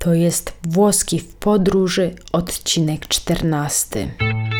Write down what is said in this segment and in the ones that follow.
To jest Włoski w podróży, odcinek 14.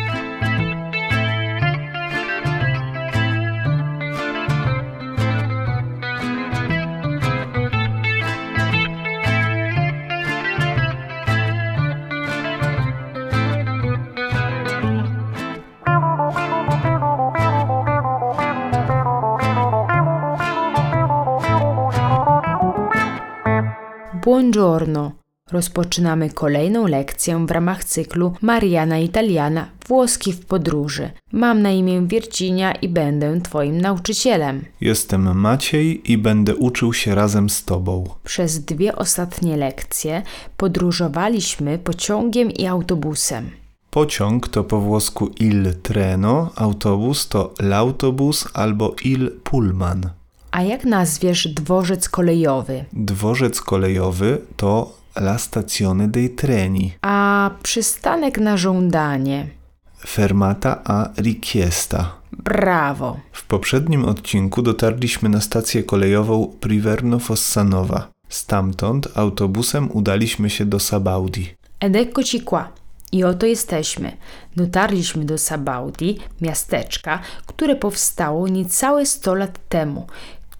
Buongiorno! Rozpoczynamy kolejną lekcję w ramach cyklu Mariana Italiana Włoski w podróży. Mam na imię Virginia i będę Twoim nauczycielem. Jestem Maciej i będę uczył się razem z Tobą. Przez 2 ostatnie lekcje podróżowaliśmy pociągiem i autobusem. Pociąg to po włosku il treno, autobus to l'autobus albo il pullman. A jak nazwiesz dworzec kolejowy? Dworzec kolejowy to la stazione dei treni. A przystanek na żądanie? Fermata a richiesta. Brawo! W poprzednim odcinku dotarliśmy na stację kolejową Priverno Fossanova. Stamtąd autobusem udaliśmy się do Sabaudi. Ed eccoci qua. I oto jesteśmy. Dotarliśmy do Sabaudi, miasteczka, które powstało niecałe 100 lat temu, w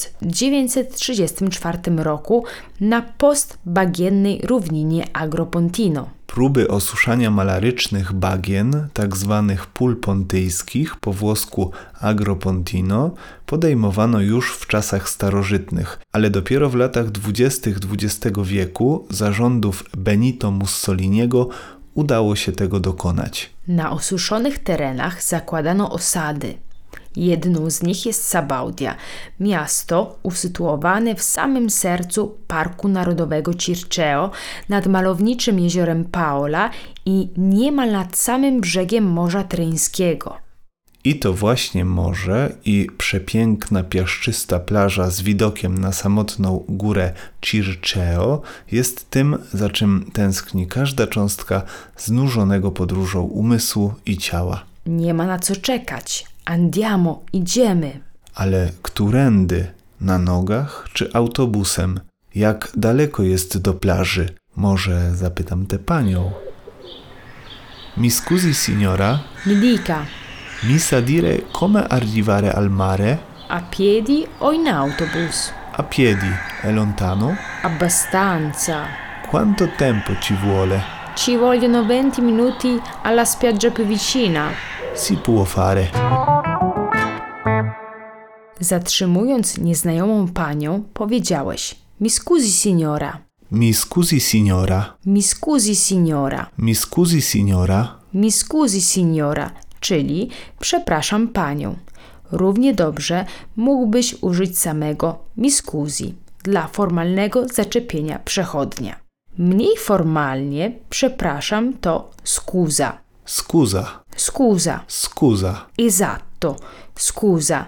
1934 roku na postbagiennej równinie Agropontino. Próby osuszania malarycznych bagien, tak zwanych pól pontyjskich, po włosku Agropontino, podejmowano już w czasach starożytnych, ale dopiero w latach 20. XX wieku za rządów Benito Mussoliniego udało się tego dokonać. Na osuszonych terenach zakładano osady. Jedną z nich jest Sabaudia, miasto usytuowane w samym sercu Parku Narodowego Circeo nad malowniczym jeziorem Paola i niemal nad samym brzegiem Morza Tyryńskiego. I to właśnie morze i przepiękna piaszczysta plaża z widokiem na samotną górę Circeo jest tym, za czym tęskni każda cząstka znużonego podróżą umysłu i ciała. Nie ma na co czekać. Andiamo, idziemy. Ale którędy? Na nogach czy autobusem? Jak daleko jest do plaży? Może zapytam tę panią. Mi scusi signora? Mi dica. Mi sa dire come arrivare al mare? A piedi o in autobus? A piedi, è lontano? Abbastanza. Quanto tempo ci vuole? Ci vogliono 20 minuti alla spiaggia più vicina. Si può fare. Zatrzymując nieznajomą panią, powiedziałeś: Mi scusi signora. Mi scusi signora. Mi scusi signora. Mi scusi signora. Mi scusi signora, czyli przepraszam panią. Równie dobrze mógłbyś użyć samego mi scusi dla formalnego zaczepienia przechodnia. Mniej formalnie przepraszam to scusa. Scusa. Scusa. Scusa. Esatto. Scusa.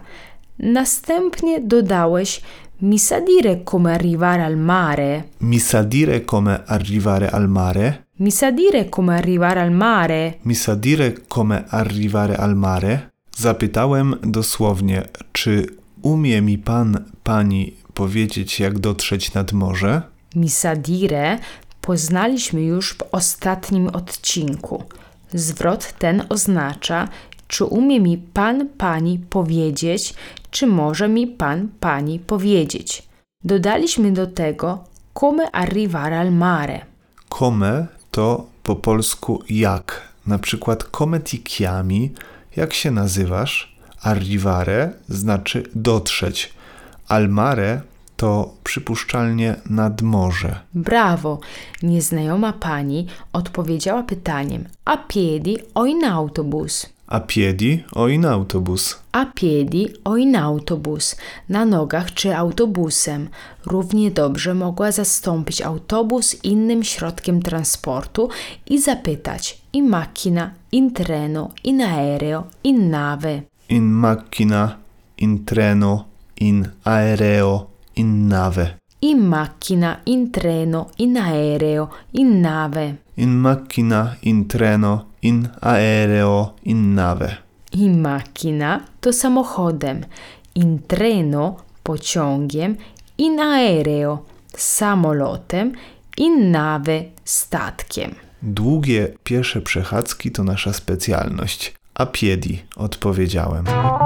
Następnie dodałeś mi sa dire come arrivare al mare. Mi sa dire come arrivare al mare? Mi sa dire come arrivare al mare. Mi sa dire come arrivare al mare? Zapytałem dosłownie, czy umie mi pan, pani powiedzieć, jak dotrzeć nad morze? Mi sa dire poznaliśmy już w ostatnim odcinku. Zwrot ten oznacza, czy umie mi pan, pani powiedzieć, czy może mi pan, pani powiedzieć. Dodaliśmy do tego come arrivare al mare. Come to po polsku jak. Na przykład come ti chiami, jak się nazywasz? Arrivare znaczy dotrzeć. Al mare to przypuszczalnie nad morze. Brawo! Nieznajoma pani odpowiedziała pytaniem: a piedi o in autobus? A piedi o in autobus? A piedi o in autobus. Na nogach czy autobusem. Równie dobrze mogła zastąpić autobus innym środkiem transportu i zapytać in macchina, in treno, in aereo, in nave. In macchina, in treno, in aereo, in nave. In macchina, in treno, in aereo, in nave. In macchina, in treno, in aereo, in nave. In macchina to samochodem, in treno pociągiem, in aereo samolotem in nave statkiem. Długie piesze przechadzki to nasza specjalność. A piedi, odpowiedziałem.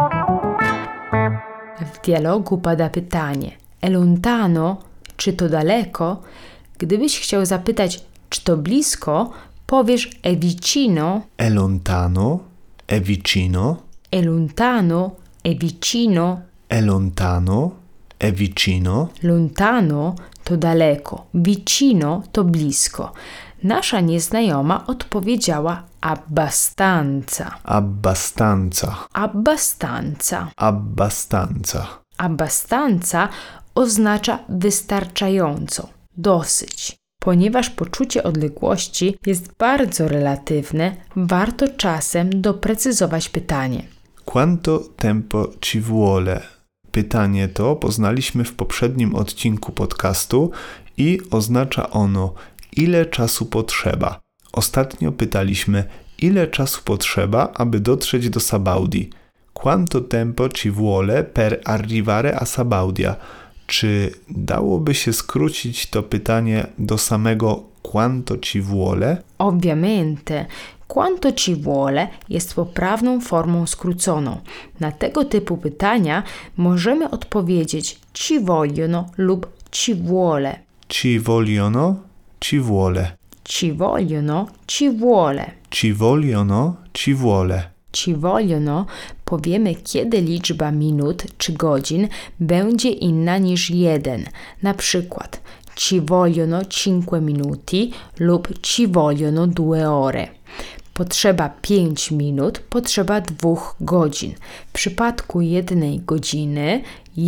W dialogu pada pytanie è lontano, czy to daleko? Gdybyś chciał zapytać, czy to blisko, powiesz è vicino, È lontano, è vicino, è lontano, è vicino. è lontano, è vicino. Lontano to daleko, vicino to blisko. Nasza nieznajoma odpowiedziała abbastanza. Abbastanza, Abbastanza. abbastanza. Abbastanza oznacza wystarczająco, dosyć. Ponieważ poczucie odległości jest bardzo relatywne, warto czasem doprecyzować pytanie. Quanto tempo ci vuole? Pytanie to poznaliśmy w poprzednim odcinku podcastu i oznacza ono ile czasu potrzeba. Ostatnio pytaliśmy, ile czasu potrzeba, aby dotrzeć do Sabaudi. Quanto tempo ci vuole per arrivare a Sabaudia? Czy dałoby się skrócić to pytanie do samego quanto ci vuole? Ovviamente, quanto ci vuole jest poprawną formą skróconą. Na tego typu pytania możemy odpowiedzieć ci vogliono lub ci vuole. Ci vogliono, ci vuole. Ci vogliono, ci vuole. Ci vogliono, ci vuole. Ci vogliono powiemy, kiedy liczba minut czy godzin będzie inna niż 1. Na przykład ci vogliono 5 minuti lub ci vogliono 2 ore. Potrzeba 5 minut, potrzeba 2 godzin. W przypadku 1 godziny,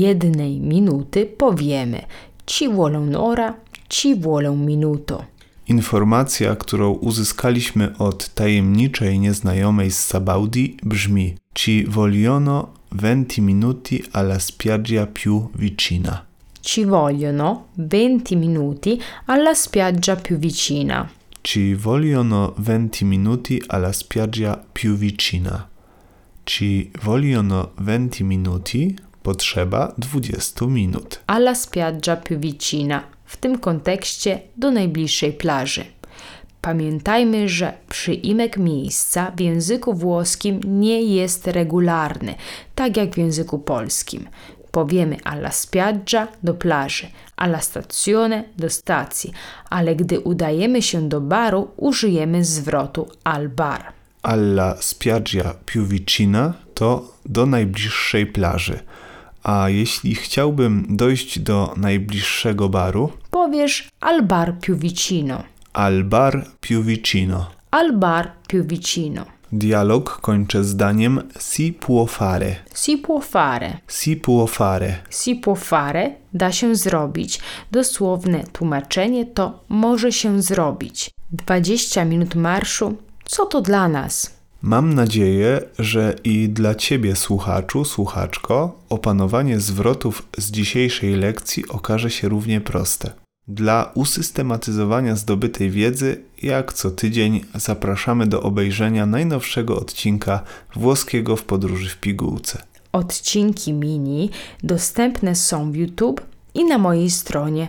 1 minuty powiemy ci vuole un'ora, ci vuole un minuto. Informacja, którą uzyskaliśmy od tajemniczej nieznajomej z Sabaudi brzmi: Ci vogliono 20 minuti alla spiaggia più vicina. Ci vogliono 20 minuti alla spiaggia più vicina. Ci vogliono 20 minuti alla spiaggia più vicina. Ci vogliono 20 minuti, potrzeba 20 minut. Alla spiaggia più vicina. W tym kontekście do najbliższej plaży. Pamiętajmy, że przyimek miejsca w języku włoskim nie jest regularny, tak jak w języku polskim. Powiemy alla spiaggia do plaży, alla stazione do stacji, ale gdy udajemy się do baru, użyjemy zwrotu al bar. Alla spiaggia più vicina to do najbliższej plaży. A jeśli chciałbym dojść do najbliższego baru? Powiesz al bar più vicino. Al bar più vicino. Al bar più vicino. Dialog kończę zdaniem si può fare. Si può fare. Si può fare. Si può fare da się zrobić. Dosłowne tłumaczenie to może się zrobić. 20 minut marszu, co to dla nas? Mam nadzieję, że i dla Ciebie, słuchaczu, słuchaczko, opanowanie zwrotów z dzisiejszej lekcji okaże się równie proste. Dla usystematyzowania zdobytej wiedzy, jak co tydzień, zapraszamy do obejrzenia najnowszego odcinka Włoskiego w podróży w pigułce. Odcinki mini dostępne są w YouTube i na mojej stronie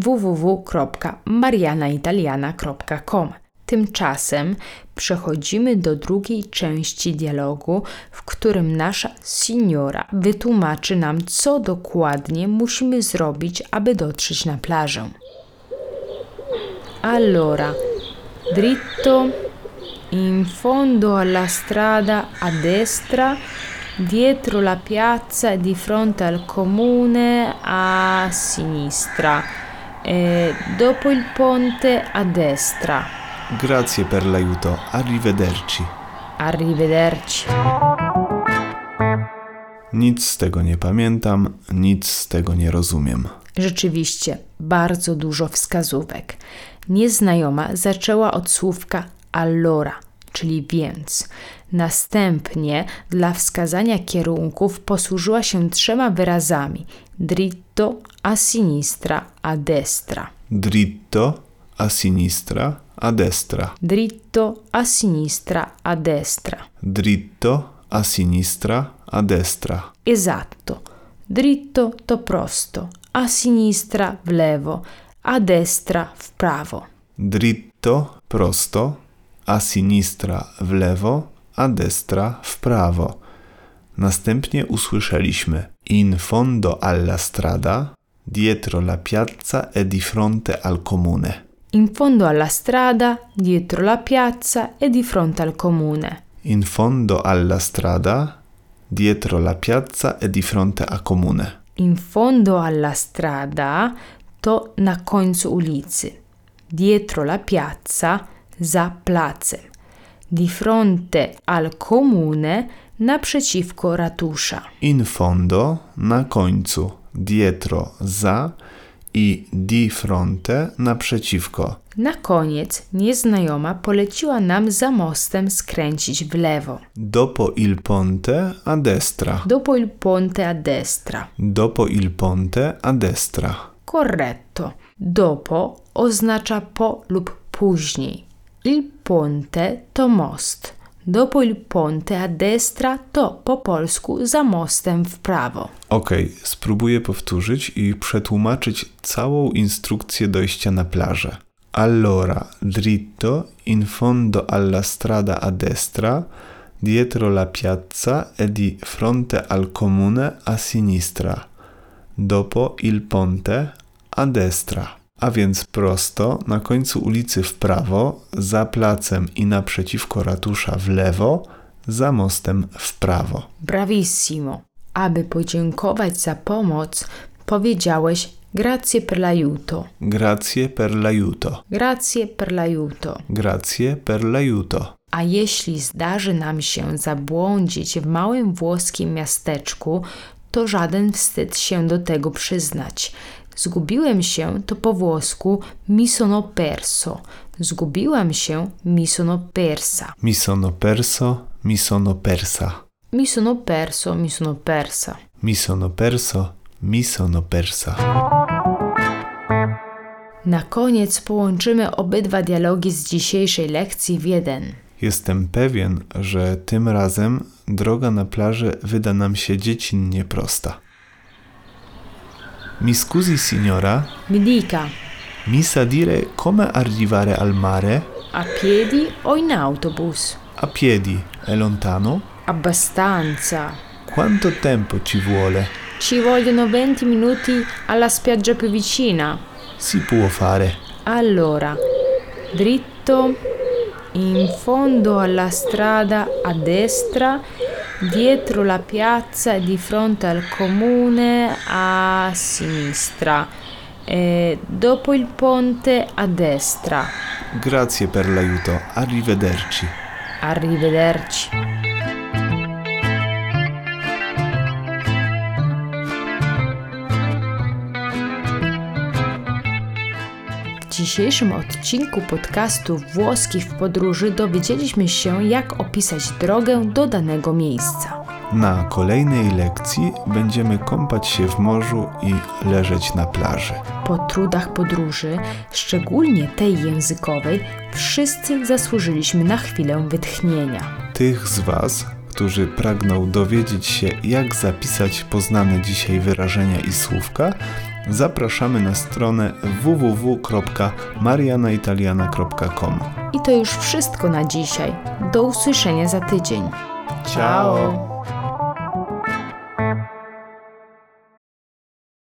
www.marianaitaliana.com. Tymczasem przechodzimy do drugiej części dialogu, w którym nasza signora wytłumaczy nam, co dokładnie musimy zrobić, aby dotrzeć na plażę. Allora, dritto, in fondo alla strada a destra, dietro la piazza di fronte al comune a sinistra, dopo il ponte a destra. Grazie per l'aiuto. Arrivederci. Arrivederci. Nic z tego nie pamiętam, nic z tego nie rozumiem. Rzeczywiście, bardzo dużo wskazówek. Nieznajoma zaczęła od słówka allora, czyli więc. Następnie dla wskazania kierunków posłużyła się 3 wyrazami: dritto, a sinistra, a destra. Dritto, a sinistra, a destra. Dritto, a sinistra, a destra. Dritto, a sinistra, a destra. Esatto. Dritto to prosto, a sinistra w lewo, a destra w prawo. Dritto, prosto, a sinistra w lewo, a destra w prawo. Następnie usłyszeliśmy in fondo alla strada, dietro la piazza e di fronte al comune. In fondo alla strada, dietro la piazza e di fronte al comune. In fondo alla strada, dietro la piazza e di fronte al comune. In fondo alla strada to na końcu ulicy. Dietro la piazza za placem. Di fronte al comune naprzeciwko ratusza. In fondo na końcu, dietro za i di fronte naprzeciwko. Na koniec nieznajoma poleciła nam za mostem skręcić w lewo. Dopo il ponte a destra. Dopo il ponte a destra. Dopo il ponte a destra. Corretto. Dopo oznacza po lub później. Il ponte to most. Dopo il ponte a destra to po polsku za mostem w prawo. Okej, spróbuję powtórzyć i przetłumaczyć całą instrukcję dojścia na plażę. Allora, dritto, in fondo alla strada a destra, dietro la piazza e di fronte al comune a sinistra. Dopo il ponte a destra. A więc prosto, na końcu ulicy w prawo, za placem i naprzeciwko ratusza w lewo, za mostem w prawo. Bravissimo. Aby podziękować za pomoc, powiedziałeś grazie per l'aiuto. Grazie per l'aiuto. Grazie per l'aiuto. Grazie per l'aiuto. A jeśli zdarzy nam się zabłądzić w małym włoskim miasteczku, to żaden wstyd się do tego przyznać. Zgubiłem się to po włosku mi sono perso. Zgubiłam się mi sono persa. Mi sono perso, mi sono persa. Mi sono perso, mi sono persa. Mi sono perso, mi sono persa. Na koniec połączymy obydwa dialogi z dzisiejszej lekcji w jeden. Jestem pewien, że tym razem droga na plażę wyda nam się dziecinnie prosta. Mi scusi signora, Mi dica, mi sa dire come arrivare al mare? a piedi o in autobus? A piedi, è lontano? Abbastanza. Quanto tempo ci vuole? Ci vogliono 20 minuti alla spiaggia più vicina. Si può fare. Allora, dritto, in fondo alla strada a destra, dietro la piazza e di fronte al comune a sinistra. Dopo il ponte a destra. Grazie per l'aiuto. Arrivederci. Arrivederci. W dzisiejszym odcinku podcastu Włoski w podróży dowiedzieliśmy się, jak opisać drogę do danego miejsca. Na kolejnej lekcji będziemy kąpać się w morzu i leżeć na plaży. Po trudach podróży, szczególnie tej językowej, wszyscy zasłużyliśmy na chwilę wytchnienia. Tych z Was, którzy pragną dowiedzieć się, jak zapisać poznane dzisiaj wyrażenia i słówka, zapraszamy na stronę www.marianaitaliana.com. I to już wszystko na dzisiaj. Do usłyszenia za tydzień. Ciao!